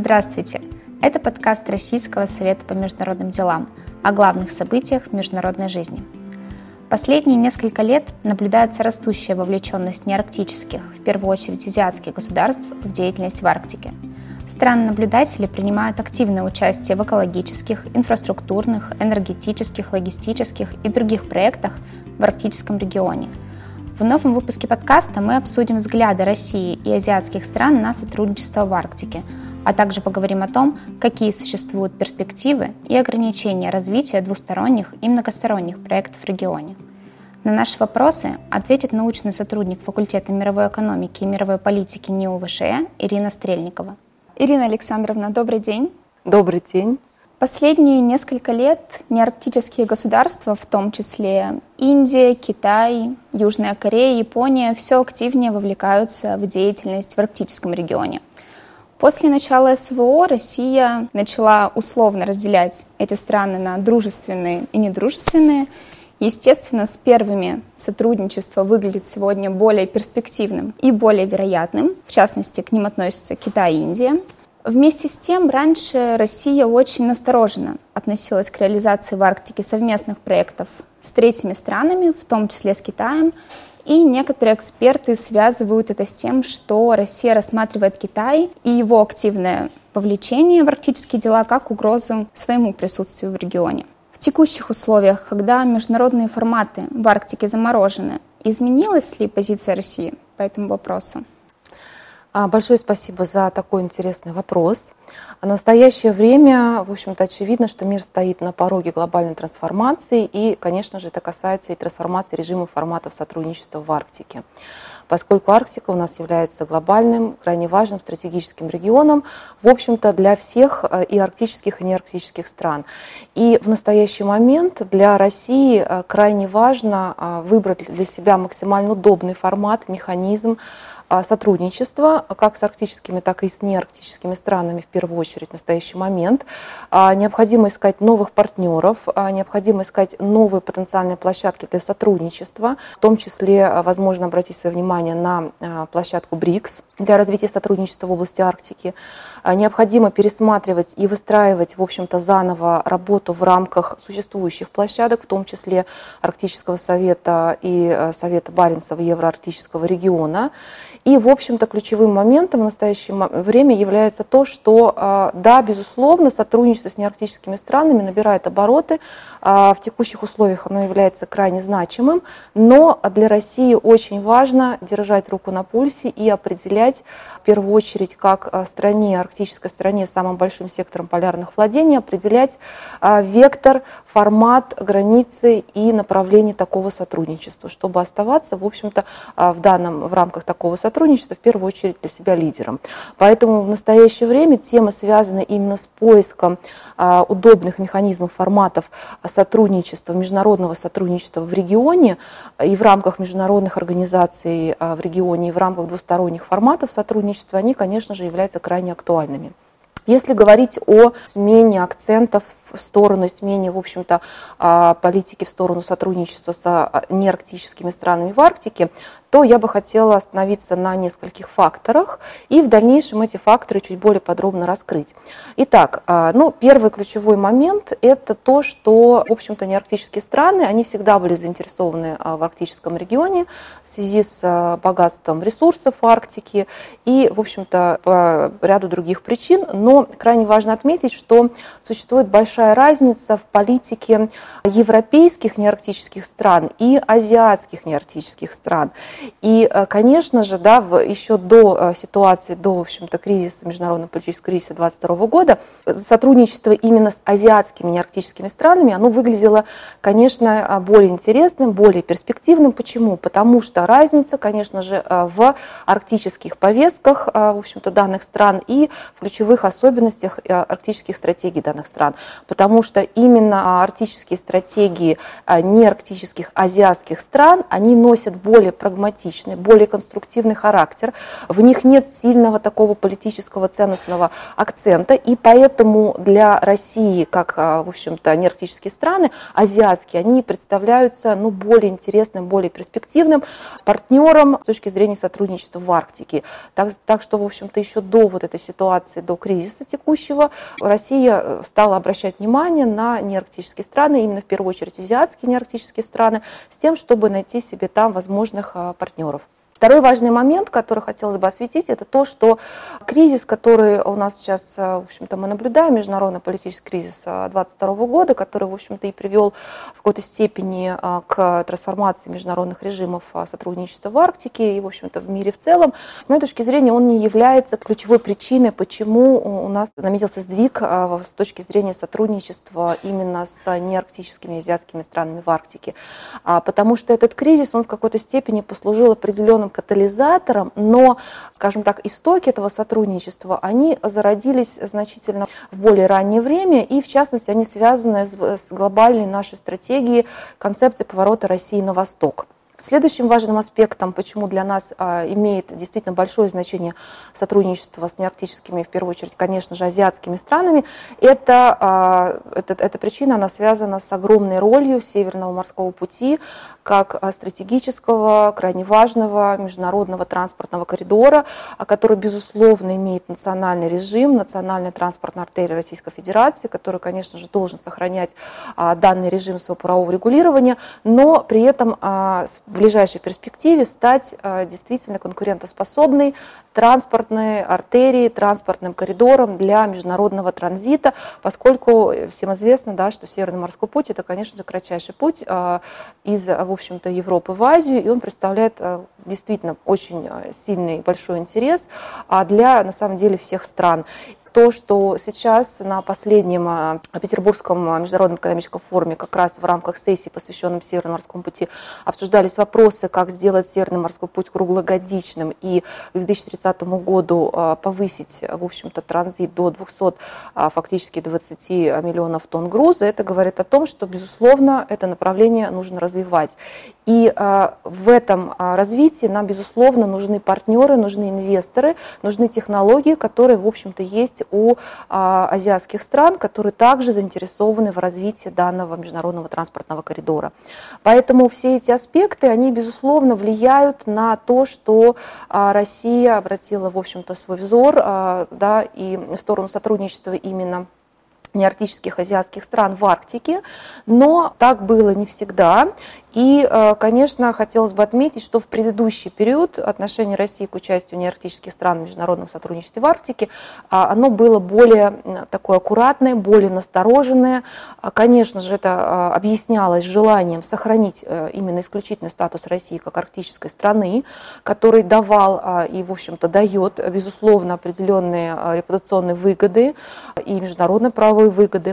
Здравствуйте! Это подкаст Российского совета по международным делам о главных событиях международной жизни. Последние несколько лет наблюдается растущая вовлеченность неарктических, в первую очередь азиатских государств, в деятельность в Арктике. Страны-наблюдатели принимают активное участие в экологических, инфраструктурных, энергетических, логистических и других проектах в арктическом регионе. В новом выпуске подкаста мы обсудим взгляды России и азиатских стран на сотрудничество в Арктике, а также поговорим о том, какие существуют перспективы и ограничения развития двусторонних и многосторонних проектов в регионе. На наши вопросы ответит научный сотрудник факультета мировой экономики и мировой политики НИУ ВШЭ Ирина Стрельникова. Ирина Александровна, добрый день. Добрый день. Последние несколько лет неарктические государства, в том числе Индия, Китай, Южная Корея, Япония, все активнее вовлекаются в деятельность в арктическом регионе. После начала СВО Россия начала условно разделять эти страны на дружественные и недружественные. Естественно, с первыми сотрудничество выглядит сегодня более перспективным и более вероятным. В частности, к ним относятся Китай и Индия. Вместе с тем, раньше Россия очень настороженно относилась к реализации в Арктике совместных проектов с третьими странами, в том числе с Китаем. И некоторые эксперты связывают это с тем, что Россия рассматривает Китай и его активное вовлечение в арктические дела как угрозу своему присутствию в регионе. В текущих условиях, когда международные форматы в Арктике заморожены, изменилась ли позиция России по этому вопросу? Большое спасибо за такой интересный вопрос. В настоящее время, в общем-то, очевидно, что мир стоит на пороге глобальной трансформации, и, конечно же, это касается и трансформации режимов форматов сотрудничества в Арктике. Поскольку Арктика у нас является глобальным, крайне важным стратегическим регионом, в общем-то, для всех и арктических, и неарктических стран. И в настоящий момент для России крайне важно выбрать для себя максимально удобный формат, механизм сотрудничества как с арктическими, так и с неарктическими странами в первую очередь в настоящий момент. Необходимо искать новых партнеров, необходимо искать новые потенциальные площадки для сотрудничества, в том числе, возможно, обратить свое внимание на площадку БРИКС для развития сотрудничества в области Арктики. Необходимо пересматривать и выстраивать, в общем-то, заново работу в рамках существующих площадок, в том числе Арктического совета и Совета Баренцева Евроарктического региона. И, в общем-то, ключевым моментом в настоящее время является то, что, да, безусловно, сотрудничество с неарктическими странами набирает обороты. В текущих условиях оно является крайне значимым, но для России очень важно держать руку на пульсе и определять, в первую очередь, как стране, арктической стране с самым большим сектором полярных владений, определять вектор, формат, границы и направление такого сотрудничества, чтобы оставаться, в общем-то, в рамках такого сотрудничества, в первую очередь, для себя лидером. Поэтому в настоящее время тема связана именно с поиском удобных механизмов, форматов сотрудничества, международного сотрудничества в регионе и в рамках международных организаций в регионе, и в рамках двусторонних форматов сотрудничества, они, конечно же, являются крайне актуальными. Если говорить о смене акцентов в сторону, смене, в общем-то, политики в сторону сотрудничества с неарктическими странами в Арктике, то я бы хотела остановиться на нескольких факторах и в дальнейшем эти факторы чуть более подробно раскрыть. Итак, первый ключевой момент – это то, что, в общем-то, неарктические страны, они всегда были заинтересованы в арктическом регионе в связи с богатством ресурсов Арктики и, в общем-то, по ряду других причин. Но крайне важно отметить, что существует большая разница в политике европейских неарктических стран и азиатских неарктических стран. И, конечно же, да, еще до ситуации, до, в общем-то, кризиса, международного политического кризиса 2022 года, сотрудничество именно с азиатскими неарктическими странами, оно выглядело, конечно, более интересным, более перспективным. Почему? Потому что разница, конечно же, в арктических повестках, в общем-то, данных стран и в ключевых особенностях арктических стратегий данных стран. Потому что именно арктические стратегии неарктических азиатских стран, они носят более прагматичный прагматичны, более конструктивный характер, в них нет сильного такого политического ценностного акцента, и поэтому для России, как, в общем-то, неарктические страны, азиатские, они представляются более интересным, более перспективным партнером с точки зрения сотрудничества в Арктике. Так что, в общем-то, еще до вот этой ситуации, до кризиса текущего, Россия стала обращать внимание на неарктические страны, именно в первую очередь азиатские неарктические страны, с тем, чтобы найти себе там возможных партнеров. Второй важный момент, который хотелось бы осветить, это то, что кризис, который у нас сейчас, в общем-то, мы наблюдаем, международный политический кризис 2022 года, который, в общем-то, и привел в какой-то степени к трансформации международных режимов сотрудничества в Арктике и, в общем-то, в мире в целом, с моей точки зрения, он не является ключевой причиной, почему у нас наметился сдвиг с точки зрения сотрудничества именно с неарктическими азиатскими странами в Арктике. Потому что этот кризис, он в какой-то степени послужил определенным катализатором, но, скажем так, истоки этого сотрудничества, они зародились значительно в более раннее время, и в частности они связаны с глобальной нашей стратегией концепции поворота России на восток. Следующим важным аспектом, почему для нас имеет действительно большое значение сотрудничество с неарктическими, в первую очередь, конечно же, азиатскими странами, эта причина, она связана с огромной ролью Северного морского пути, как стратегического, крайне важного международного транспортного коридора, который, безусловно, имеет национальный режим, национальная транспортная артерия Российской Федерации, который, конечно же, должен сохранять данный режим своего правового регулирования, но при этом в ближайшей перспективе стать действительно конкурентоспособной транспортной артерией, транспортным коридором для международного транзита, поскольку всем известно, да, что Северный морской путь – это, конечно же, кратчайший путь из, в общем-то, Европы в Азию, и он представляет действительно очень сильный большой интерес для, на самом деле, всех стран. То, что сейчас на последнем Петербургском международном экономическом форуме как раз в рамках сессии, посвященном Северному морскому пути, обсуждались вопросы, как сделать Северный морской путь круглогодичным и к 2030 году повысить, в общем-то, транзит до 200, фактически 20 миллионов тонн груза. Это говорит о том, что, безусловно, это направление нужно развивать. И в этом развитии нам, безусловно, нужны партнеры, нужны инвесторы, нужны технологии, которые, в общем-то, есть у азиатских стран, которые также заинтересованы в развитии данного международного транспортного коридора. Поэтому все эти аспекты, они, безусловно, влияют на то, что Россия обратила, в общем-то, свой взор, да, и в сторону сотрудничества именно неарктических азиатских стран в Арктике, но так было не всегда. И, конечно, хотелось бы отметить, что в предыдущий период отношение России к участию неарктических стран в международном сотрудничестве в Арктике, оно было более такое аккуратное, более настороженное. Конечно же, это объяснялось желанием сохранить именно исключительный статус России как арктической страны, который давал и, в общем-то, дает, безусловно, определенные репутационные выгоды и международные правовые выгоды.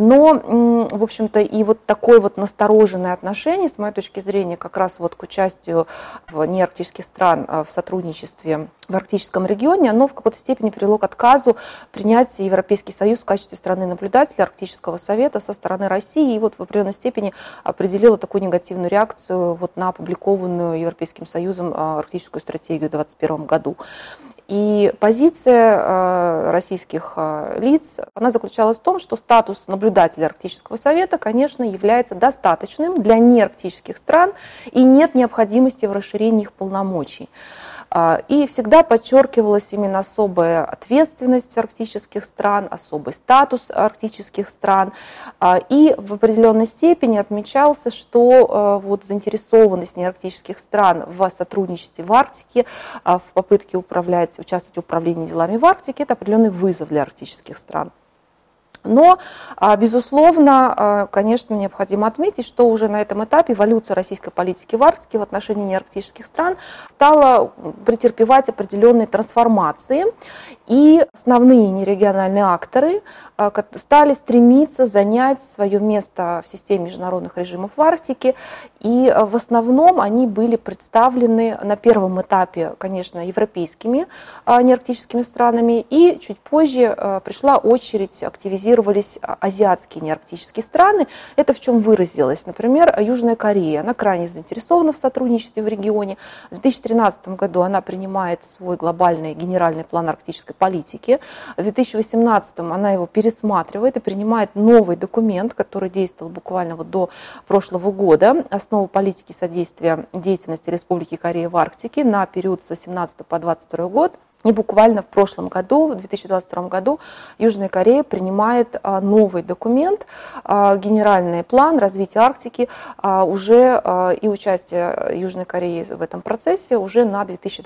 Но, в общем-то, и вот такое вот настороженное отношение, с моей точки зрения, как раз вот к участию в неарктических стран в сотрудничестве в арктическом регионе, оно в какой-то степени привело к отказу принять Европейский Союз в качестве страны-наблюдателя Арктического совета со стороны России, и вот в определенной степени определило такую негативную реакцию вот на опубликованную Европейским Союзом арктическую стратегию в 2021 году. И позиция российских лиц, она заключалась в том, что статус наблюдателя Арктического совета, конечно, является достаточным для неарктических стран и нет необходимости в расширении их полномочий. И всегда подчеркивалась именно особая ответственность арктических стран, особый статус арктических стран. И в определенной степени отмечался, что вот заинтересованность неарктических стран в сотрудничестве в Арктике, в попытке участвовать в управлении делами в Арктике, это определенный вызов для арктических стран. Но, безусловно, конечно, необходимо отметить, что уже на этом этапе эволюция российской политики в Арктике в отношении неарктических стран стала претерпевать определенные трансформации, и основные нерегиональные акторы стали стремиться занять свое место в системе международных режимов в Арктике, и в основном они были представлены на первом этапе, конечно, европейскими неарктическими странами, и чуть позже пришла очередь активизировать активизировались азиатские неарктические страны. Это в чем выразилось? Например, Южная Корея, она крайне заинтересована в сотрудничестве в регионе. В 2013 году она принимает свой глобальный генеральный план арктической политики. В 2018 она его пересматривает и принимает новый документ, который действовал буквально вот до прошлого года, основу политики содействия деятельности Республики Корея в Арктике на период с 2018 по 2022 год. И буквально в прошлом году, в 2022 году, Южная Корея принимает новый документ, генеральный план развития Арктики, уже и участие Южной Кореи в этом процессе уже на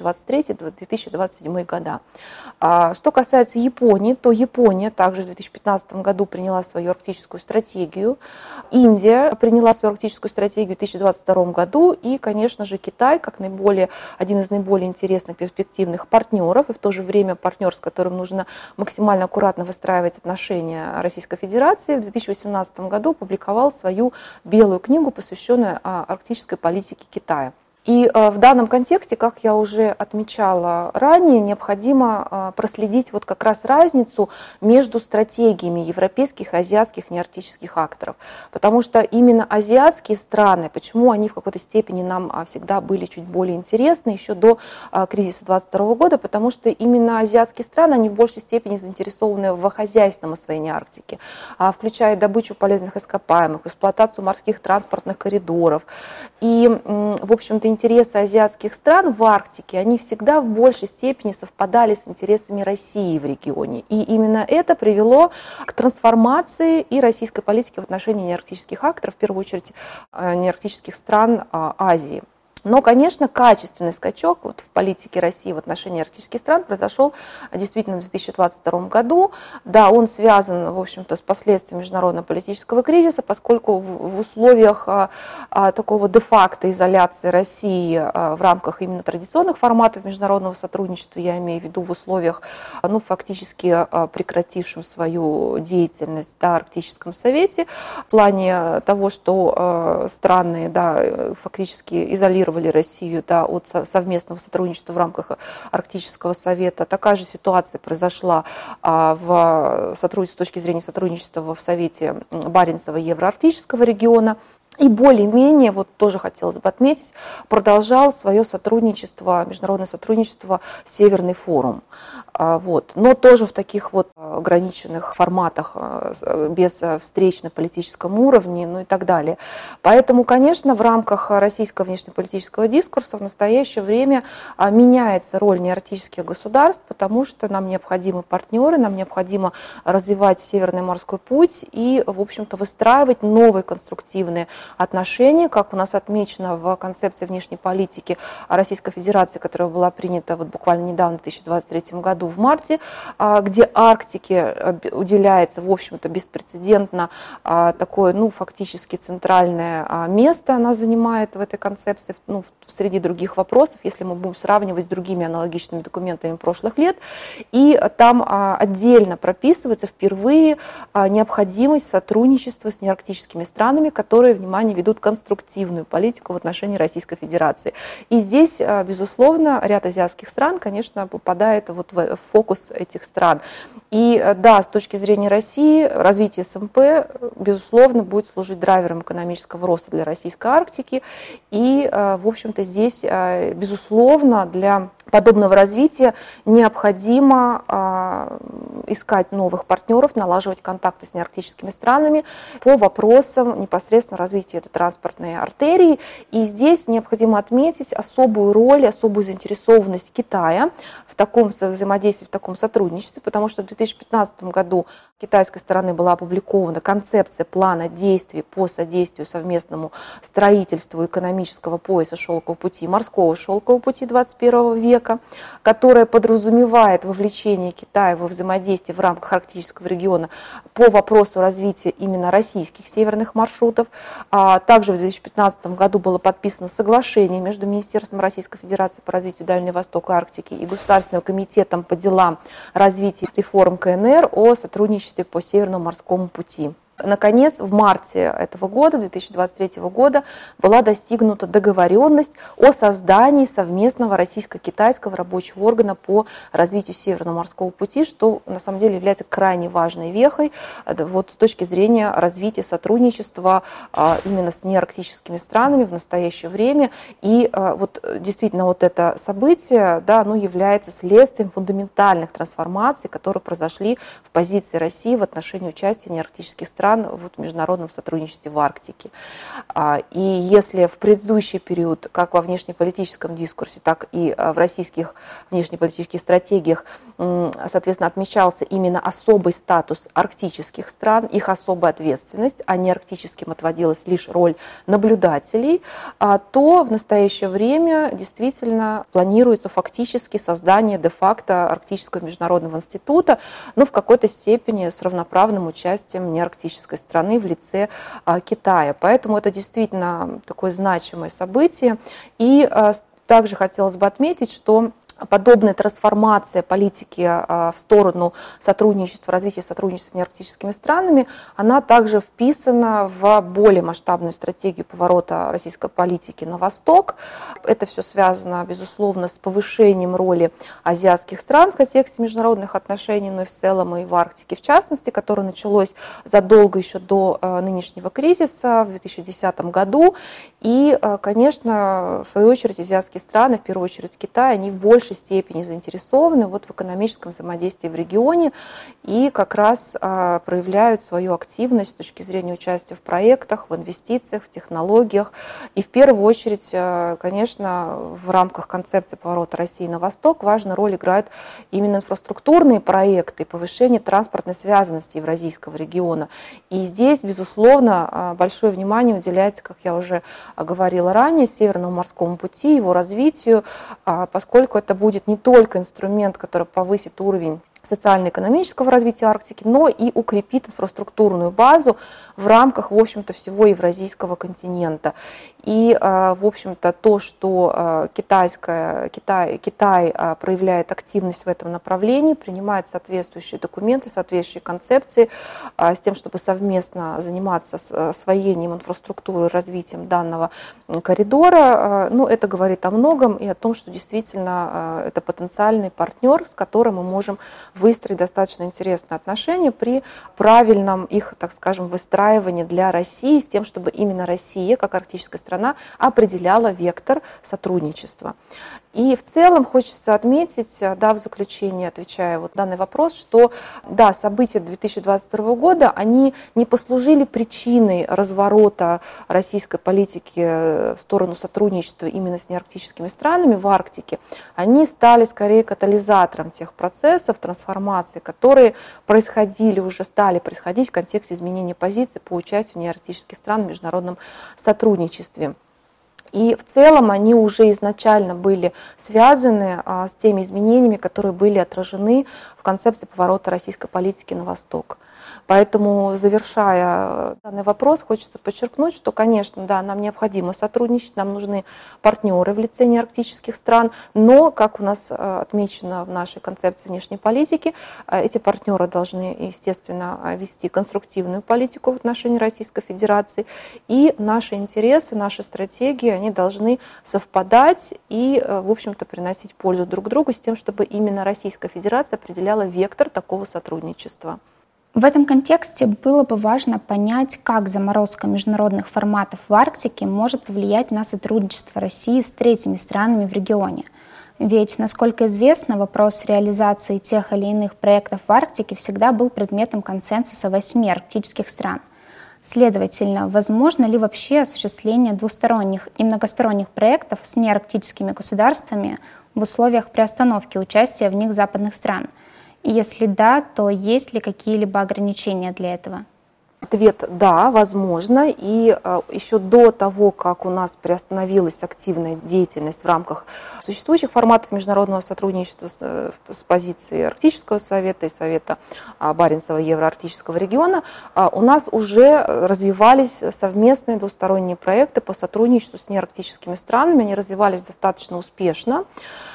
2023-2027 года. Что касается Японии, то Япония также в 2015 году приняла свою арктическую стратегию, Индия приняла свою арктическую стратегию в 2022 году, и, конечно же, Китай, как один из наиболее интересных перспективных партнеров, и в то же время партнер, с которым нужно максимально аккуратно выстраивать отношения Российской Федерации, в 2018 году опубликовал свою белую книгу, посвященную арктической политике Китая. И в данном контексте, как я уже отмечала ранее, необходимо проследить вот как раз разницу между стратегиями европейских и азиатских неарктических акторов. Потому что именно азиатские страны, почему они в какой-то степени нам всегда были чуть более интересны еще до кризиса 2022 года, потому что именно азиатские страны, они в большей степени заинтересованы в хозяйственном освоении Арктики, включая добычу полезных ископаемых, эксплуатацию морских транспортных коридоров. И, в общем-то, интересы азиатских стран в Арктике, они всегда в большей степени совпадали с интересами России в регионе. И именно это привело к трансформации и российской политики в отношении неарктических акторов, в первую очередь неарктических стран Азии. Но, конечно, качественный скачок вот в политике России в отношении арктических стран произошел действительно в 2022 году. Да, он связан, в общем-то, с последствиями международного политического кризиса, поскольку в условиях такого де-факто изоляции России в рамках именно традиционных форматов международного сотрудничества, я имею в виду в условиях, фактически прекратившим свою деятельность в Арктическом совете, в плане того, что страны, фактически изолировали Россию от совместного сотрудничества в рамках Арктического совета. Такая же ситуация произошла с точки зрения сотрудничества в Совете Баренцева Евроарктического региона. И более-менее, вот тоже хотелось бы отметить, продолжал свое сотрудничество, международное сотрудничество Северный форум. Но тоже в таких вот ограниченных форматах, без встреч на политическом уровне, и так далее. Поэтому, конечно, в рамках российского внешнеполитического дискурса в настоящее время меняется роль неарктических государств, потому что нам необходимы партнеры, нам необходимо развивать Северный морской путь и, в общем-то, выстраивать новые конструктивные отношения, как у нас отмечено в концепции внешней политики Российской Федерации, которая была принята буквально недавно, в 2023 году, в марте, где Арктике уделяется, в общем-то, беспрецедентно такое, фактически центральное место она занимает в этой концепции, среди других вопросов, если мы будем сравнивать с другими аналогичными документами прошлых лет. И там отдельно прописывается впервые необходимость сотрудничества с неарктическими странами, которые, внимание, ведут конструктивную политику в отношении Российской Федерации. И здесь, безусловно, ряд азиатских стран, конечно, попадает в фокус этих стран. И да, с точки зрения России, развитие СМП, безусловно, будет служить драйвером экономического роста для российской Арктики. И, в общем-то, здесь, безусловно, для подобного развития необходимо искать новых партнеров, налаживать контакты с неарктическими странами по вопросам непосредственно развития этой транспортной артерии. И здесь необходимо отметить особую роль, особую заинтересованность Китая в таком взаимодействии, в таком сотрудничестве, потому что в 2015 году китайской стороны была опубликована концепция плана действий по содействию совместному строительству экономического пояса шелкового пути, морского шелкового пути 21 века, которая подразумевает вовлечение Китая во взаимодействие в рамках арктического региона по вопросу развития именно российских северных маршрутов. Также в 2015 году было подписано соглашение между Министерством Российской Федерации по развитию Дальнего Востока и Арктики и Государственным комитетом по делам развития реформ КНР о сотрудничестве по Северному морскому пути. Наконец, в марте этого года, 2023 года, была достигнута договоренность о создании совместного российско-китайского рабочего органа по развитию Северного морского пути, что на самом деле является крайне важной вехой вот, с точки зрения развития сотрудничества именно с неарктическими странами в настоящее время. И вот действительно вот это событие, да, оно является следствием фундаментальных трансформаций, которые произошли в позиции России в отношении участия неарктических стран в международном сотрудничестве в Арктике. И если в предыдущий период, как во внешнеполитическом дискурсе, так и в российских внешнеполитических стратегиях, соответственно, отмечался именно особый статус арктических стран, их особая ответственность, а не арктическим отводилась лишь роль наблюдателей, то в настоящее время действительно планируется фактически создание де-факто Арктического международного института, но в какой-то степени с равноправным участием неарктических страны в лице Китая. Поэтому это действительно такое значимое событие. И также хотелось бы отметить, что подобная трансформация политики в сторону сотрудничества, развития сотрудничества с неарктическими странами, она также вписана в более масштабную стратегию поворота российской политики на восток. Это все связано, безусловно, с повышением роли азиатских стран в контексте международных отношений, но и в целом и в Арктике, в частности, которое началось задолго еще до нынешнего кризиса в 2010 году. И, конечно, в свою очередь, азиатские страны, в первую очередь Китай, они в большей степени заинтересованы вот в экономическом взаимодействии в регионе и как раз проявляют свою активность с точки зрения участия в проектах, в инвестициях, в технологиях. И в первую очередь, конечно, в рамках концепции поворота России на восток важную роль играют именно инфраструктурные проекты и повышение транспортной связанности евразийского региона. И здесь, безусловно, большое внимание уделяется, как я уже говорила ранее, Северному морскому пути, его развитию, поскольку это будет не только инструмент, который повысит уровень социально-экономического развития Арктики, но и укрепит инфраструктурную базу в рамках, в общем-то, всего евразийского континента. И, в общем-то, то, что Китай проявляет активность в этом направлении, принимает соответствующие документы, соответствующие концепции с тем, чтобы совместно заниматься освоением инфраструктуры, развитием данного коридора, ну, это говорит о многом и о том, что действительно это потенциальный партнер, с которым мы можем выстроить достаточно интересные отношения при правильном их, так скажем, выстраивании для России, с тем, чтобы именно Россия, как арктическая страна, определяла вектор сотрудничества. И в целом хочется отметить, да, в заключение, отвечая вот на данный вопрос, что да, события 2022 года, они не послужили причиной разворота российской политики в сторону сотрудничества именно с неарктическими странами в Арктике. Они стали скорее катализатором тех процессов, трансформаций, которые стали происходить в контексте изменения позиции по участию неарктических стран в международном сотрудничестве. И в целом они уже изначально были связаны с теми изменениями, которые были отражены в концепции поворота российской политики на восток. Поэтому, завершая данный вопрос, хочется подчеркнуть, что, конечно, да, нам необходимо сотрудничать, нам нужны партнеры в лице неарктических стран, но, как у нас отмечено в нашей концепции внешней политики, эти партнеры должны, естественно, вести конструктивную политику в отношении Российской Федерации, и наши интересы, наши стратегии, они должны совпадать и, в общем-то, приносить пользу друг другу с тем, чтобы именно Российская Федерация определяла вектор такого сотрудничества. В этом контексте было бы важно понять, как заморозка международных форматов в Арктике может повлиять на сотрудничество России с третьими странами в регионе. Ведь, насколько известно, вопрос реализации тех или иных проектов в Арктике всегда был предметом консенсуса 8 арктических стран. Следовательно, возможно ли вообще осуществление двусторонних и многосторонних проектов с неарктическими государствами в условиях приостановки участия в них западных стран? И если да, то есть ли какие-либо ограничения для этого? Ответ – да, возможно. И еще до того, как у нас приостановилась активная деятельность в рамках существующих форматов международного сотрудничества с позиции Арктического совета и Совета Баренцева Евроарктического региона, у нас уже развивались совместные двусторонние проекты по сотрудничеству с неарктическими странами. Они развивались достаточно успешно.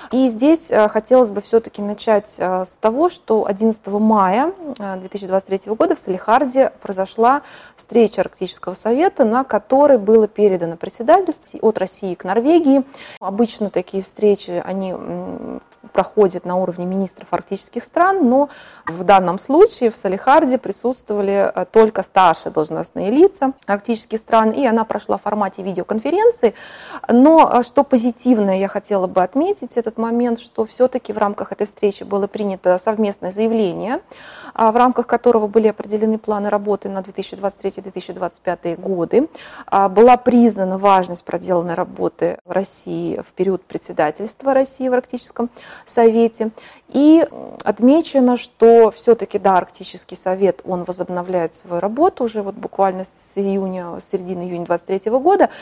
И здесь хотелось бы все-таки начать с того, что 11 мая 2023 года в Салехарде произошла встреча Арктического совета, на которой было передано председательство от России к Норвегии. Обычно такие встречи, они проходят на уровне министров арктических стран, но в данном случае в Салехарде присутствовали только старшие должностные лица арктических стран, и она прошла в формате видеоконференции. Но что позитивное я хотела бы отметить этот момент, что все-таки в рамках этой встречи было принято совместное заявление, в рамках которого были определены планы работы на 2023-2025 годы. Была признана важность проделанной работы в России в период председательства России в Арктическом совете. И отмечено, что все-таки, да, Арктический совет, он возобновляет свою работу уже вот буквально с середины июня 2023 года,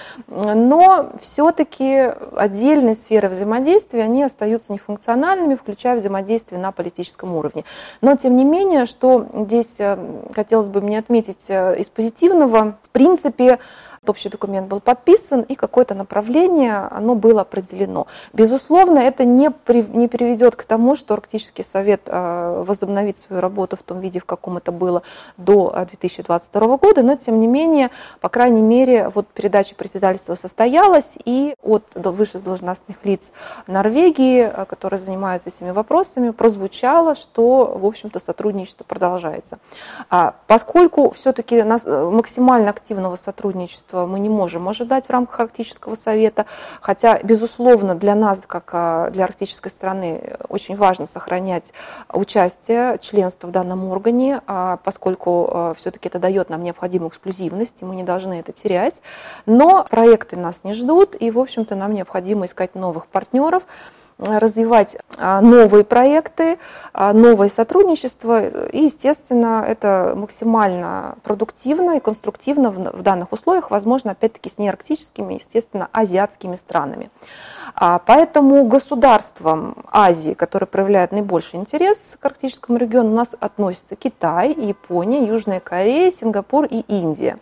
но все-таки отдельные сферы взаимодействия, они остаются нефункциональными, включая взаимодействие на политическом уровне. Но, тем не менее, что здесь хотелось бы мне отметить из позитивного, в принципе, общий документ был подписан, и какое-то направление, оно было определено. Безусловно, это не приведет к тому, что Арктический совет возобновит свою работу в том виде, в каком это было до 2022 года, но, тем не менее, по крайней мере, вот передача председательства состоялась, и от высших должностных лиц Норвегии, которые занимаются этими вопросами, прозвучало, что, в общем-то, сотрудничество продолжается. Поскольку все-таки максимально активного сотрудничества мы не можем ожидать в рамках Арктического совета, хотя, безусловно, для нас, как для арктической страны, очень важно сохранять участие, членство в данном органе, поскольку все-таки это дает нам необходимую эксклюзивность, и мы не должны это терять. Но проекты нас не ждут, и, в общем-то, нам необходимо искать новых партнеров, развивать новые проекты, новое сотрудничество. И, естественно, это максимально продуктивно и конструктивно в данных условиях, возможно, опять-таки, с неарктическими, естественно, азиатскими странами. Поэтому государствам Азии, которые проявляют наибольший интерес к арктическому региону, у нас относятся Китай, Япония, Южная Корея, Сингапур и Индия.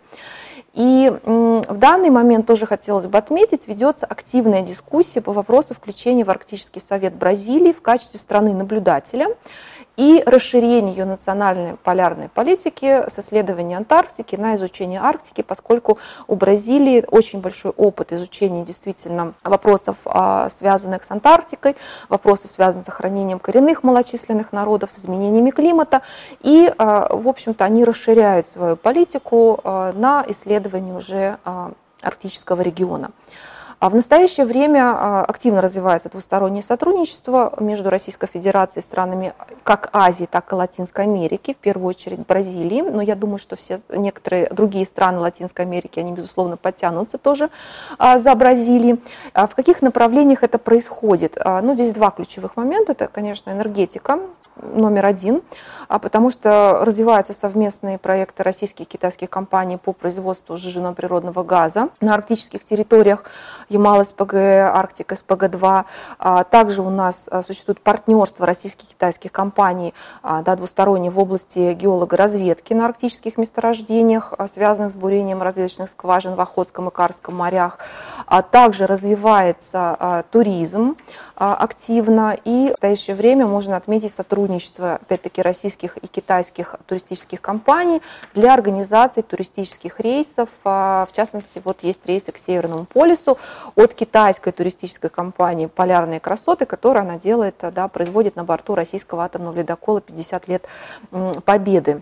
И в данный момент тоже хотелось бы отметить, ведется активная дискуссия по вопросу включения в Арктический совет Бразилии в качестве страны-наблюдателя и расширения ее национальной полярной политики с исследования Антарктики на изучение Арктики, поскольку у Бразилии очень большой опыт изучения действительно вопросов, связанных с Антарктикой, вопросов, связанных с сохранением коренных малочисленных народов, с изменениями климата. И, в общем-то, они расширяют свою политику на исследование уже арктического региона. В настоящее время активно развивается двустороннее сотрудничество между Российской Федерацией и странами как Азии, так и Латинской Америки, в первую очередь Бразилии. Но я думаю, что некоторые другие страны Латинской Америки, они, безусловно, подтянутся тоже за Бразилией. В каких направлениях это происходит? Здесь два ключевых момента. Это, конечно, энергетика, номер один, потому что развиваются совместные проекты российских и китайских компаний по производству сжиженного природного газа на арктических территориях Ямал-СПГ, Арктик-СПГ-2. Также у нас существует партнерство российских и китайских компаний двустороннее в области геологоразведки на арктических месторождениях, связанных с бурением разведочных скважин в Охотском и Карском морях. Также развивается туризм активно, и в настоящее время можно отметить сотрудничество, опять-таки, российских и китайских туристических компаний для организации туристических рейсов. В частности, вот есть рейсы к Северному полюсу от китайской туристической компании «Полярные красоты», которую она делает, производит на борту российского атомного ледокола «50 лет Победы».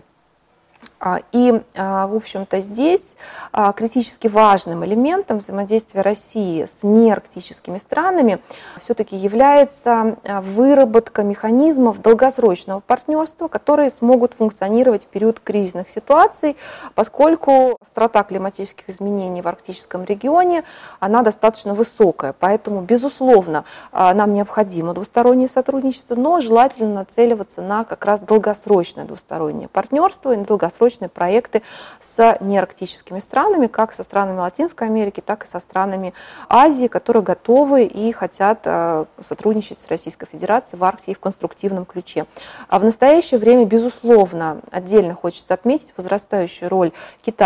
И, в общем-то, здесь критически важным элементом взаимодействия России с неарктическими странами все-таки является выработка механизмов долгосрочного партнерства, которые смогут функционировать в период кризисных ситуаций, поскольку острота климатических изменений в арктическом регионе, она достаточно высокая. Поэтому, безусловно, нам необходимо двустороннее сотрудничество, но желательно нацеливаться на как раз долгосрочное двустороннее партнерство и на долгосрочные проекты с неарктическими странами, как со странами Латинской Америки, так и со странами Азии, которые готовы и хотят сотрудничать с Российской Федерацией в Арктике в конструктивном ключе. А в настоящее время, безусловно, отдельно хочется отметить возрастающую роль Китая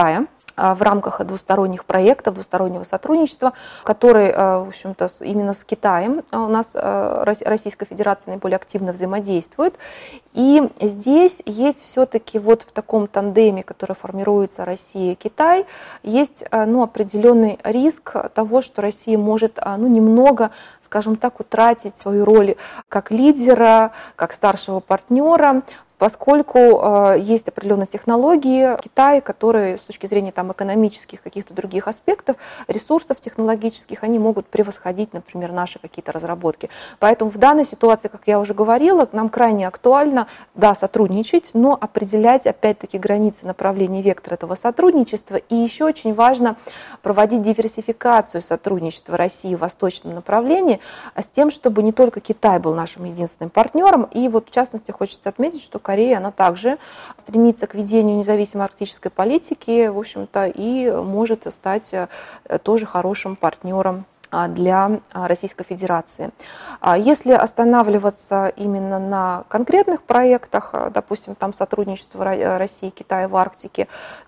в рамках двусторонних проектов, двустороннего сотрудничества, который, в общем-то, именно с Китаем у нас Российская Федерация наиболее активно взаимодействует. И здесь есть все-таки вот в таком тандеме, который формируется Россия и Китай, есть определенный риск того, что Россия может немного, скажем так, утратить свою роль как лидера, как старшего партнера, поскольку есть определенные технологии Китая, которые с точки зрения экономических, каких-то других аспектов, ресурсов технологических, они могут превосходить, например, наши какие-то разработки. Поэтому в данной ситуации, как я уже говорила, нам крайне актуально, да, сотрудничать, но определять, опять-таки, границы направления, вектор этого сотрудничества. И еще очень важно проводить диверсификацию сотрудничества России в восточном направлении, с тем, чтобы не только Китай был нашим единственным партнером. И вот в частности хочется отметить, что Корея, она также стремится к ведению независимой арктической политики, в общем-то, и может стать тоже хорошим партнером для Российской Федерации. Если останавливаться именно на конкретных проектах, допустим, там сотрудничество России и Китая в Арктике,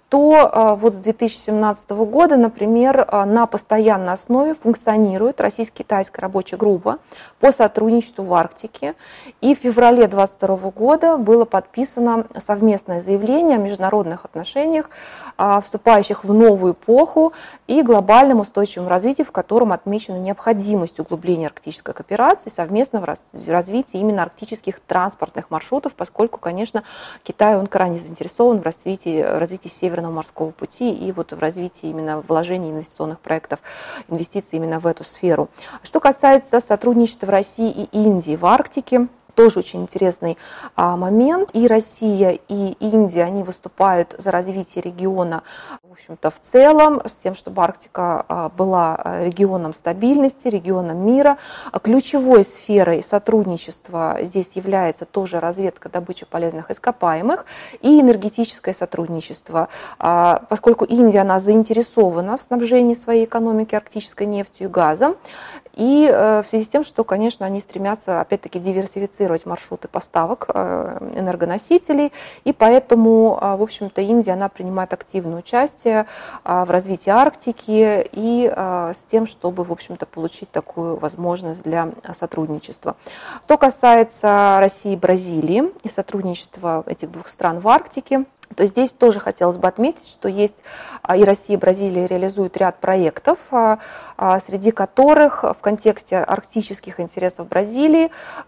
то вот с 2017 года, например, на постоянной основе функционирует российско-китайская рабочая группа по сотрудничеству в Арктике. И в феврале 2022 года было подписано совместное заявление о международных отношениях, вступающих в новую эпоху и глобальном устойчивом развитии, в котором отмечена необходимость углубления арктической кооперации совместно в развитии именно арктических транспортных маршрутов, поскольку, конечно, Китай, он крайне заинтересован в развитии Северного морского пути и вот в развитии именно вложений инвестиционных проектов, инвестиций именно в эту сферу. Что касается сотрудничества России и Индии в Арктике, тоже очень интересный момент. И Россия, и Индия, они выступают за развитие региона, в общем-то, в целом, с тем, чтобы Арктика была регионом стабильности, регионом мира. Ключевой сферой сотрудничества здесь является тоже разведка, добыча полезных ископаемых и энергетическое сотрудничество, поскольку Индия, она заинтересована в снабжении своей экономики арктической нефтью и газом. И в связи с тем, что, конечно, они стремятся, опять-таки, диверсифицировать маршруты поставок энергоносителей, и поэтому, в общем-то, Индия, она принимает активное участие в развитии Арктики и с тем, чтобы, в общем-то, получить такую возможность для сотрудничества. Что касается России и Бразилии и сотрудничества этих двух стран в Арктике, то здесь тоже хотелось бы отметить, что есть и Россия, и Бразилия реализуют ряд проектов, среди которых в контексте арктических интересов Бразилии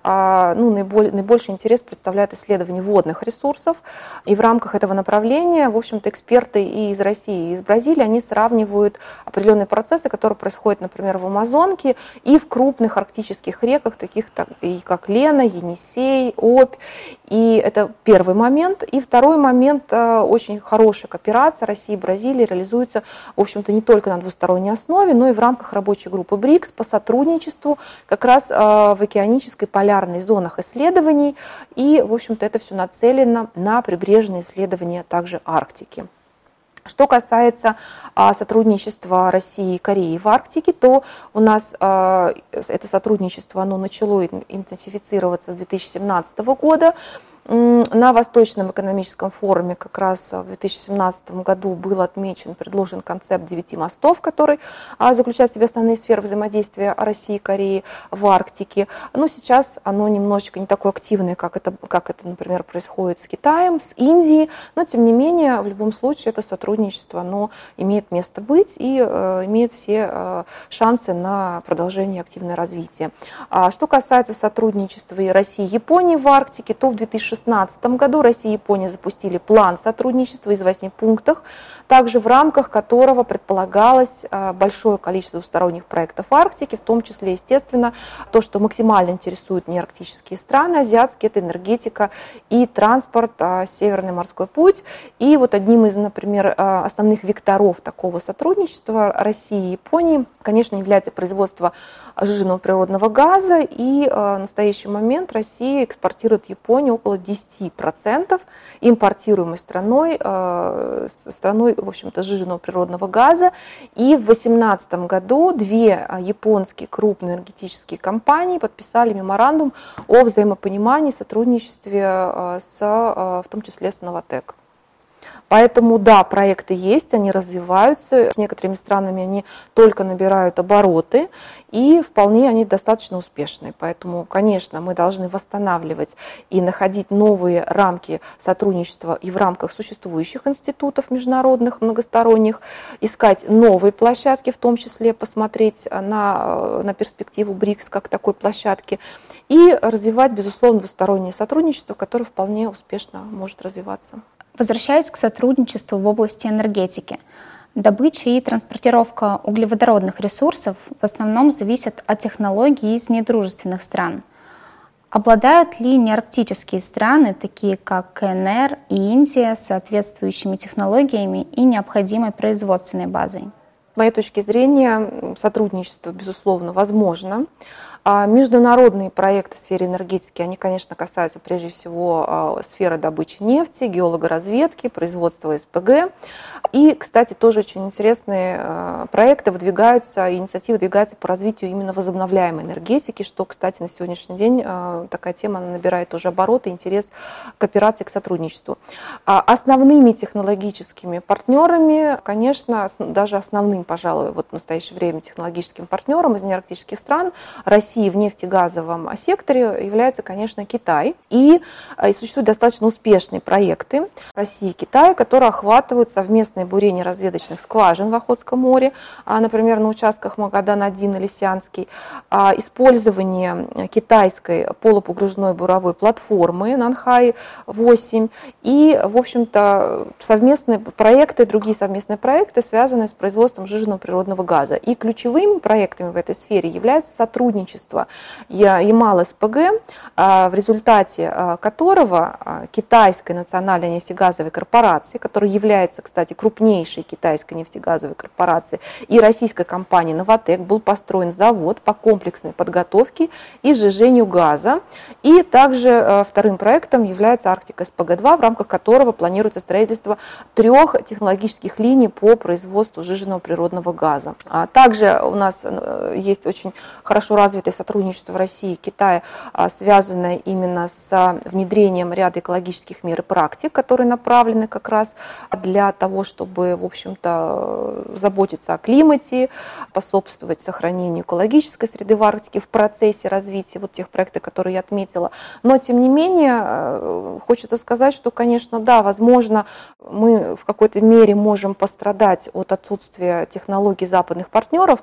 наибольший интерес представляет исследование водных ресурсов. И в рамках этого направления, в общем-то, эксперты и из России, и из Бразилии, они сравнивают определенные процессы, которые происходят, например, в Амазонке и в крупных арктических реках, таких как Лена, Енисей, Обь. И это первый момент. И второй момент, очень хорошая кооперация России и Бразилии реализуется, в общем-то, не только на двусторонней основе, но и в рамках рабочей группы БРИКС по сотрудничеству как раз в океанической полярной зонах исследований. И, в общем-то, это все нацелено на прибрежные исследования также Арктики. Что касается сотрудничества России и Кореи в Арктике, то у нас это сотрудничество оно начало интенсифицироваться с 2017 года. На Восточном экономическом форуме как раз в 2017 году был отмечен, предложен концепт 9 мостов, который заключает в себе основные сферы взаимодействия России и Кореи в Арктике. Но сейчас оно немножечко не такое активное, как это, например, происходит с Китаем, с Индией. Но, тем не менее, в любом случае, это сотрудничество оно имеет место быть и имеет все шансы на продолжение активное развитие. Что касается сотрудничества и России и Японии в Арктике, то в 2016 году Россия и Япония запустили план сотрудничества из 8 пунктов, также в рамках которого предполагалось большое количество двусторонних проектов Арктики, в том числе, естественно, то, что максимально интересует неарктические страны, азиатские, это энергетика и транспорт, Северный морской путь. И вот одним из, например, основных векторов такого сотрудничества России и Японии, конечно, является производство сжиженного природного газа, и в настоящий момент Россия экспортирует в Японию около 10% импортируемой страной, в общем-то, сжиженного природного газа. И в 2018 году две японские крупные энергетические компании подписали меморандум о взаимопонимании и сотрудничестве в том числе с Новатэк. Поэтому, да, проекты есть, они развиваются. С некоторыми странами они только набирают обороты, и вполне они достаточно успешные. Поэтому, конечно, мы должны восстанавливать и находить новые рамки сотрудничества и в рамках существующих институтов международных, многосторонних, искать новые площадки, в том числе посмотреть на перспективу БРИКС как такой площадки, и развивать, безусловно, двустороннее сотрудничество, которое вполне успешно может развиваться. Возвращаясь к сотрудничеству в области энергетики, добыча и транспортировка углеводородных ресурсов в основном зависят от технологий из недружественных стран. Обладают ли неарктические страны, такие как КНР и Индия, соответствующими технологиями и необходимой производственной базой? С моей точки зрения, сотрудничество, безусловно, возможно. Международные проекты в сфере энергетики, они, конечно, касаются прежде всего сферы добычи нефти, геологоразведки, производства СПГ. И, кстати, тоже очень интересные проекты выдвигаются, инициативы двигаются по развитию именно возобновляемой энергетики, что, кстати, на сегодняшний день такая тема набирает уже обороты, интерес к операции, к сотрудничеству. Основными технологическими партнерами, конечно, даже основным, пожалуй, вот в настоящее время технологическим партнером из неарктических стран России в нефтегазовом секторе является, конечно, Китай. И существуют достаточно успешные проекты России и Китая, которые охватывают совместное бурение разведочных скважин в Охотском море, например, на участках Магадан-1 и Лисянский, использование китайской полупогружной буровой платформы Нанхай-8 и, в общем-то, совместные проекты, другие совместные проекты, связанные с производством сжиженного природного газа. И ключевыми проектами в этой сфере является сотрудничество Ямал-СПГ, в результате которого китайская национальная нефтегазовая корпорация, которая является, кстати, крупнейшей китайской нефтегазовой корпорацией, и российской компанией «Новатэк», был построен завод по комплексной подготовке и сжижению газа. И также вторым проектом является «Арктика-СПГ-2», в рамках которого планируется строительство 3 технологических линий по производству сжиженного природного газа. Также у нас есть очень хорошо развитое сотрудничество в России и Китае, связанное именно с внедрением ряда экологических мер и практик, которые направлены как раз для того, чтобы, в общем-то, заботиться о климате, способствовать сохранению экологической среды в Арктике в процессе развития вот тех проектов, которые я отметила. Но, тем не менее, хочется сказать, что, конечно, да, возможно, мы в какой-то мере можем пострадать от отсутствия технологий западных партнеров,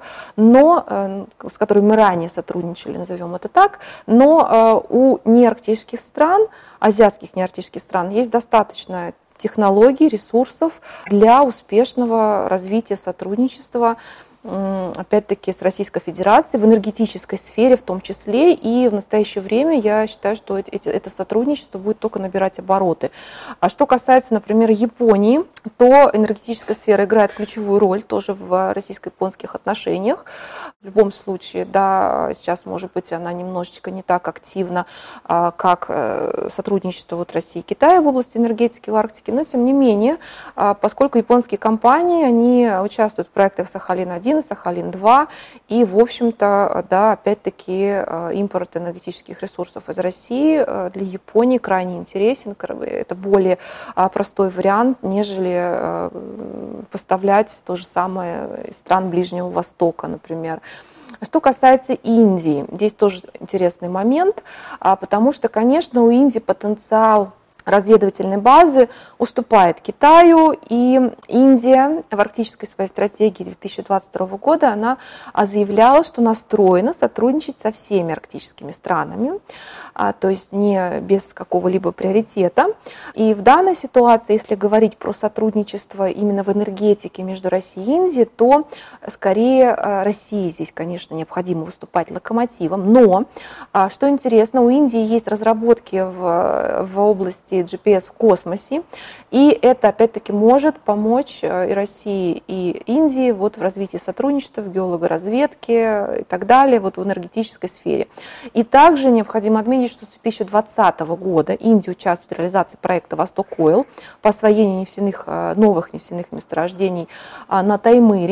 но, с которыми мы ранее сотрудничали, назовем это так, но у неарктических стран, азиатских неарктических стран, есть достаточно технологий, ресурсов для успешного развития сотрудничества, опять-таки, с Российской Федерацией в энергетической сфере в том числе. И в настоящее время я считаю, что это сотрудничество будет только набирать обороты. А что касается, например, Японии, то энергетическая сфера играет ключевую роль тоже в российско-японских отношениях. В любом случае, да, сейчас, может быть, она немножечко не так активна, как сотрудничество вот России и Китая в области энергетики в Арктике, но тем не менее, поскольку японские компании, они участвуют в проектах Сахалин-1 и Сахалин-2, и, в общем-то, да, опять-таки, импорт энергетических ресурсов из России для Японии крайне интересен, это более простой вариант, нежели поставлять то же самое из стран Ближнего Востока, например. Что касается Индии, здесь тоже интересный момент, потому что, конечно, у Индии потенциал разведывательной базы уступает Китаю, и Индия в арктической своей стратегии 2022 года она заявляла, что настроена сотрудничать со всеми арктическими странами, то есть не без какого-либо приоритета. И в данной ситуации, если говорить про сотрудничество именно в энергетике между Россией и Индией, то скорее России здесь, конечно, необходимо выступать локомотивом. Но, что интересно, у Индии есть разработки в области GPS в космосе, и это опять-таки может помочь и России, и Индии вот в развитии сотрудничества, в геологоразведке и так далее, вот в энергетической сфере. И также необходимо отметить, что с 2020 года Индия участвует в реализации проекта «Восток Ойл» по освоению новых нефтяных месторождений на Таймыре.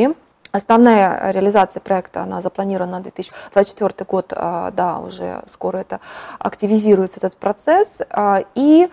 Основная реализация проекта, она запланирована на 2024 год, да, уже скоро это активизируется этот процесс. И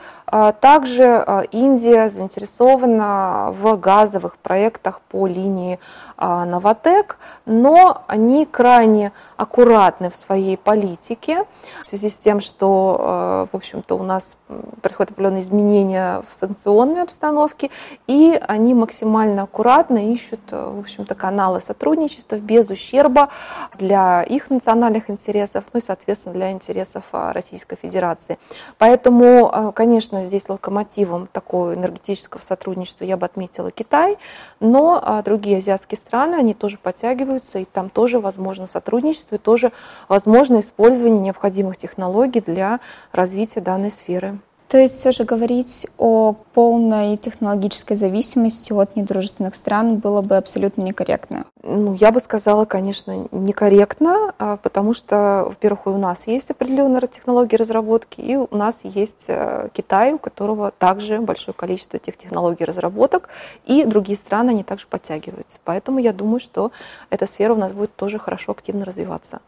также Индия заинтересована в газовых проектах по линии Новатэк, но они крайне аккуратны в своей политике в связи с тем, что, в общем-то, у нас происходят определенные изменения в санкционной обстановке, и они максимально аккуратно ищут, в общем-то, каналы сотрудничества без ущерба для их национальных интересов, ну и, соответственно, для интересов Российской Федерации. Поэтому, конечно, здесь локомотивом такого энергетического сотрудничества я бы отметила Китай, но другие азиатские страны, они тоже подтягиваются, и там тоже возможно сотрудничество, и тоже возможно использование необходимых технологий для развития данной сферы. То есть все же говорить о полной технологической зависимости от недружественных стран было бы абсолютно некорректно? Ну, я бы сказала, конечно, некорректно, потому что, во-первых, у нас есть определенные технологии разработки, и у нас есть Китай, у которого также большое количество этих технологий разработок, и другие страны, они также подтягиваются. Поэтому я думаю, что эта сфера у нас будет тоже хорошо, активно развиваться.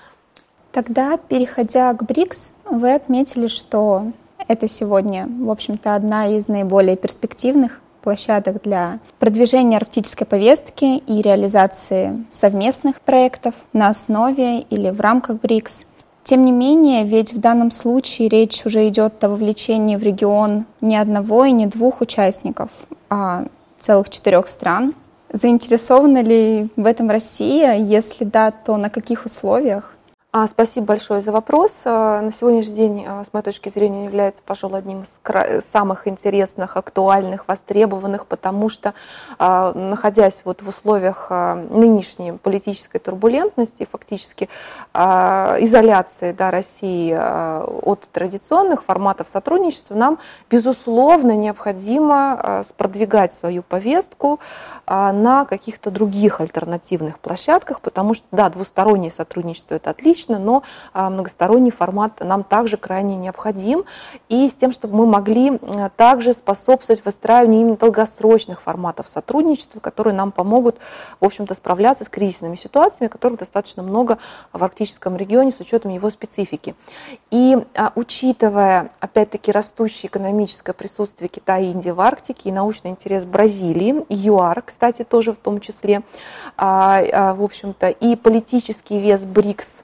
Тогда, переходя к БРИКС, вы отметили, что это сегодня, в общем-то, одна из наиболее перспективных площадок для продвижения арктической повестки и реализации совместных проектов на основе или в рамках БРИКС. Тем не менее, ведь в данном случае речь уже идет о вовлечении в регион не одного и не двух участников, а целых 4 стран. Заинтересована ли в этом Россия? Если да, то на каких условиях? Спасибо большое за вопрос. На сегодняшний день, с моей точки зрения, является, пожалуй, одним из самых интересных, актуальных, востребованных, потому что, находясь вот в условиях нынешней политической турбулентности, фактически изоляции, да, России от традиционных форматов сотрудничества, нам, безусловно, необходимо продвигать свою повестку на каких-то других альтернативных площадках, потому что, да, двустороннее сотрудничество – это отлично, но многосторонний формат нам также крайне необходим, и с тем, чтобы мы могли также способствовать выстраиванию именно долгосрочных форматов сотрудничества, которые нам помогут, в общем-то, справляться с кризисными ситуациями, которых достаточно много в арктическом регионе с учетом его специфики. И учитывая, опять-таки, растущее экономическое присутствие Китая и Индии в Арктике и научный интерес Бразилии, ЮАР, кстати, тоже в том числе, в общем-то, и политический вес БРИКС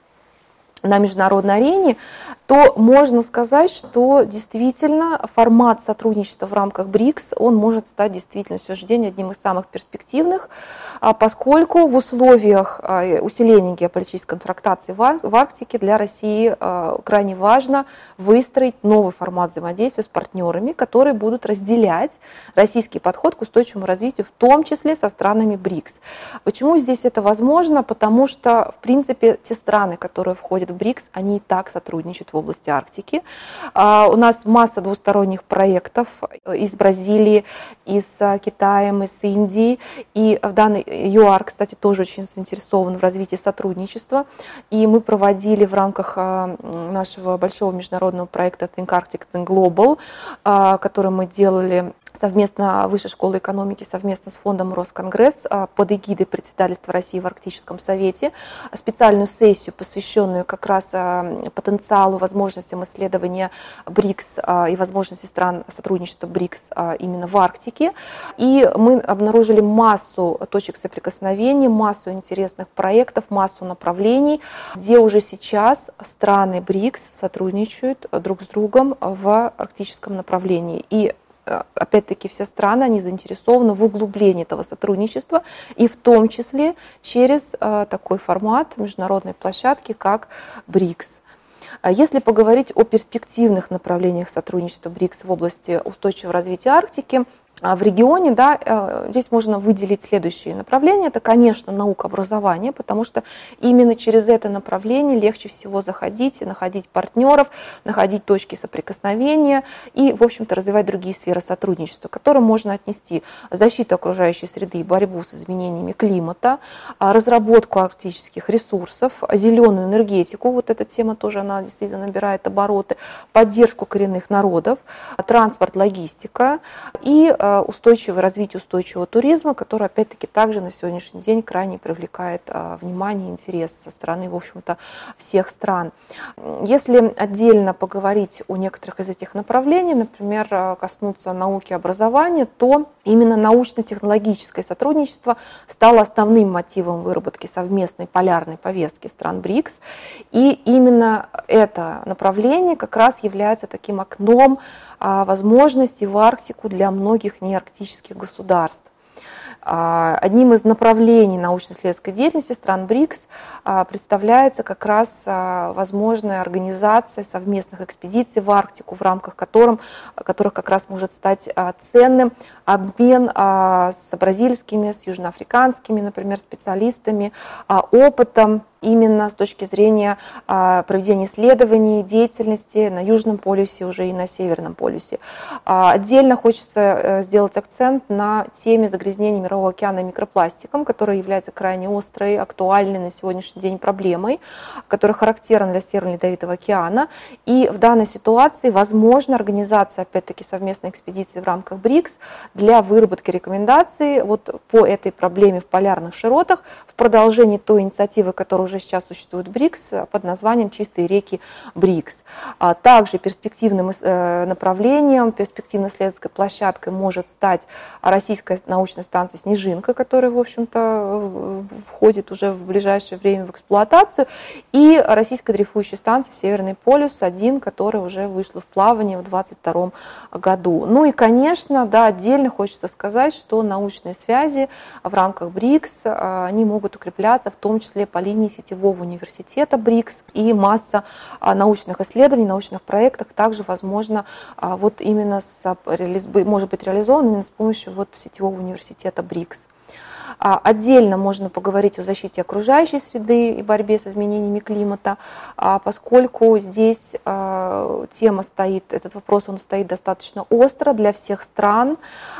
на международной арене, то можно сказать, что действительно формат сотрудничества в рамках БРИКС, он может стать действительно с сегодняшнего дня одним из самых перспективных, поскольку в условиях усиления геополитической конфронтации в Арктике для России крайне важно выстроить новый формат взаимодействия с партнерами, которые будут разделять российский подход к устойчивому развитию, в том числе со странами БРИКС. Почему здесь это возможно? Потому что, в принципе, те страны, которые входят в БРИКС, они и так сотрудничают в области Арктики. У нас масса двусторонних проектов из Бразилии, из Китая, из Индии. И в данный ЮАР, кстати, тоже очень заинтересован в развитии сотрудничества. И мы проводили в рамках нашего большого международного проекта Think Arctic, Think Global, который мы делали совместно Высшей школой экономики, совместно с фондом Росконгресс под эгидой председательства России в Арктическом совете, специальную сессию, посвященную как раз потенциалу, возможностям исследования БРИКС и возможностей стран сотрудничества БРИКС именно в Арктике. И мы обнаружили массу точек соприкосновения, массу интересных проектов, массу направлений, где уже сейчас страны БРИКС сотрудничают друг с другом в арктическом направлении. И опять-таки все страны, они заинтересованы в углублении этого сотрудничества, и в том числе через такой формат международной площадки, как БРИКС. Если поговорить о перспективных направлениях сотрудничества БРИКС в области устойчивого развития Арктики, в регионе, да, здесь можно выделить следующие направления. Это, конечно, наука, образование, потому что именно через это направление легче всего заходить, находить партнеров, находить точки соприкосновения и, в общем-то, развивать другие сферы сотрудничества, к которым можно отнести защиту окружающей среды и борьбу с изменениями климата, разработку арктических ресурсов, зеленую энергетику, вот эта тема тоже, она действительно набирает обороты, поддержку коренных народов, транспорт, логистика и развитие устойчивого туризма, который, опять-таки, также на сегодняшний день крайне привлекает внимание и интерес со стороны, в общем-то, всех стран. Если отдельно поговорить о некоторых из этих направлений, например, коснуться науки и образования, то именно научно-технологическое сотрудничество стало основным мотивом выработки совместной полярной повестки стран БРИКС. И именно это направление как раз является таким окном возможностей в Арктику для многих неарктических государств. Одним из направлений научно-исследовательской деятельности стран БРИКС представляется как раз возможная организация совместных экспедиций в Арктику, в рамках которых как раз может стать ценным обмен с бразильскими, с южноафриканскими, например, специалистами, опытом именно с точки зрения проведения исследований, деятельности на Южном полюсе уже и на Северном полюсе. Отдельно хочется сделать акцент на теме загрязнения Мирового океана микропластиком, которая является крайне острой, актуальной на сегодняшний день проблемой, которая характерна для Северного Ледовитого океана. И в данной ситуации возможна организация, опять-таки, совместной экспедиции в рамках БРИКС для выработки рекомендаций вот по этой проблеме в полярных широтах в продолжении той инициативы, которая уже сейчас существует в БРИКС под названием «Чистые реки БРИКС». Также перспективным направлением, перспективной исследовательской площадкой может стать российская научная станция «Снежинка», которая, в общем-то, входит уже в ближайшее время в эксплуатацию, и российская дрейфующая станция «Северный полюс-1», которая уже вышла в плавание в 2022 году. Ну и, конечно, да, отдельно хочется сказать, что научные связи в рамках БРИКС, они могут укрепляться, в том числе по линии сетевого университета БРИКС, и масса научных исследований, научных проектов также возможно вот именно может быть реализовано именно с помощью вот сетевого университета БРИКС. Отдельно можно поговорить о защите окружающей среды и борьбе с изменениями климата, поскольку здесь этот вопрос он стоит достаточно остро для всех стран.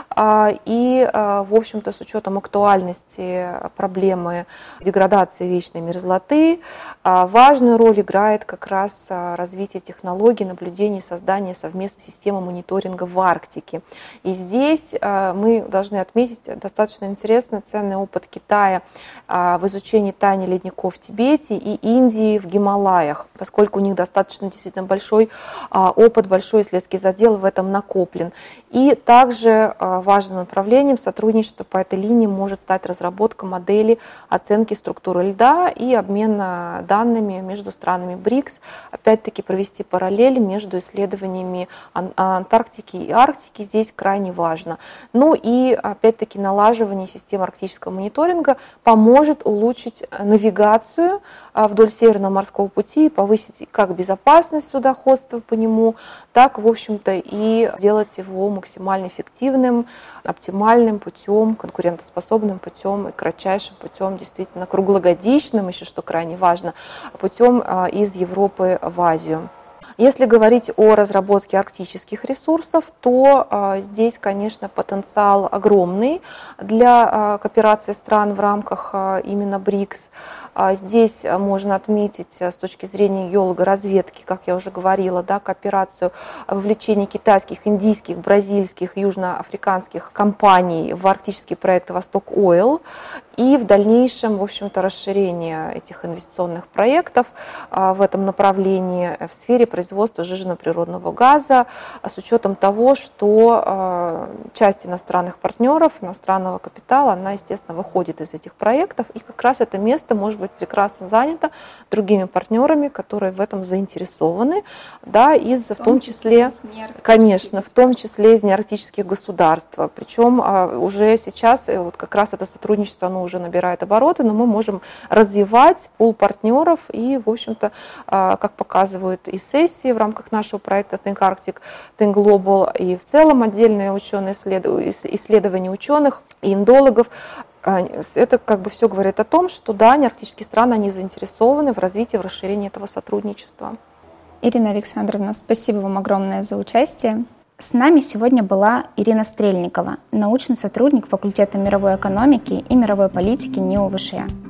И, в общем-то, с учетом актуальности проблемы деградации вечной мерзлоты, важную роль играет как раз развитие технологий, наблюдений, создание совместной системы мониторинга в Арктике. И здесь мы должны отметить достаточно интересный, ценный опыт Китая в изучении таяния ледников в Тибете и Индии в Гималаях, поскольку у них достаточно действительно большой опыт, большой исследовательский задел в этом накоплен. И также важным направлением сотрудничества по этой линии может стать разработка модели оценки структуры льда и обмена данными между странами БРИКС. Опять-таки провести параллели между исследованиями Антарктики и Арктики здесь крайне важно. Ну и опять-таки налаживание системы арктического мониторинга поможет улучшить навигацию вдоль Северного морского пути, повысить как безопасность судоходства по нему, так, в общем-то, и сделать его максимально эффективным, оптимальным путем, конкурентоспособным путем и кратчайшим путем, действительно круглогодичным, еще что крайне важно, путем из Европы в Азию. Если говорить о разработке арктических ресурсов, то здесь, конечно, потенциал огромный для кооперации стран в рамках именно БРИКС. Здесь можно отметить с точки зрения геологоразведки, как я уже говорила, да, кооперацию, вовлечение китайских, индийских, бразильских, южноафриканских компаний в арктический проект «Восток Ойл» и в дальнейшем, в общем-то, расширение этих инвестиционных проектов в этом направлении в сфере производства сжиженного природного газа, с учетом того, что часть иностранных партнеров, иностранного капитала, она, естественно, выходит из этих проектов, и как раз это место может быть прекрасно занято другими партнерами, которые в этом заинтересованы, да, в том числе, конечно, в том числе из неарктических государств. Причем уже сейчас вот как раз это сотрудничество, оно уже набирает обороты, но мы можем развивать пул партнеров и, в общем-то, как показывают и сессии в рамках нашего проекта Think Arctic, Think Global, и в целом отдельные исследования ученых и индологов, это как бы все говорит о том, что да, неарктические страны, они заинтересованы в развитии, в расширении этого сотрудничества. Ирина Александровна, спасибо вам огромное за участие. С нами сегодня была Ирина Стрельникова, научный сотрудник факультета мировой экономики и мировой политики НИУ ВШЭ.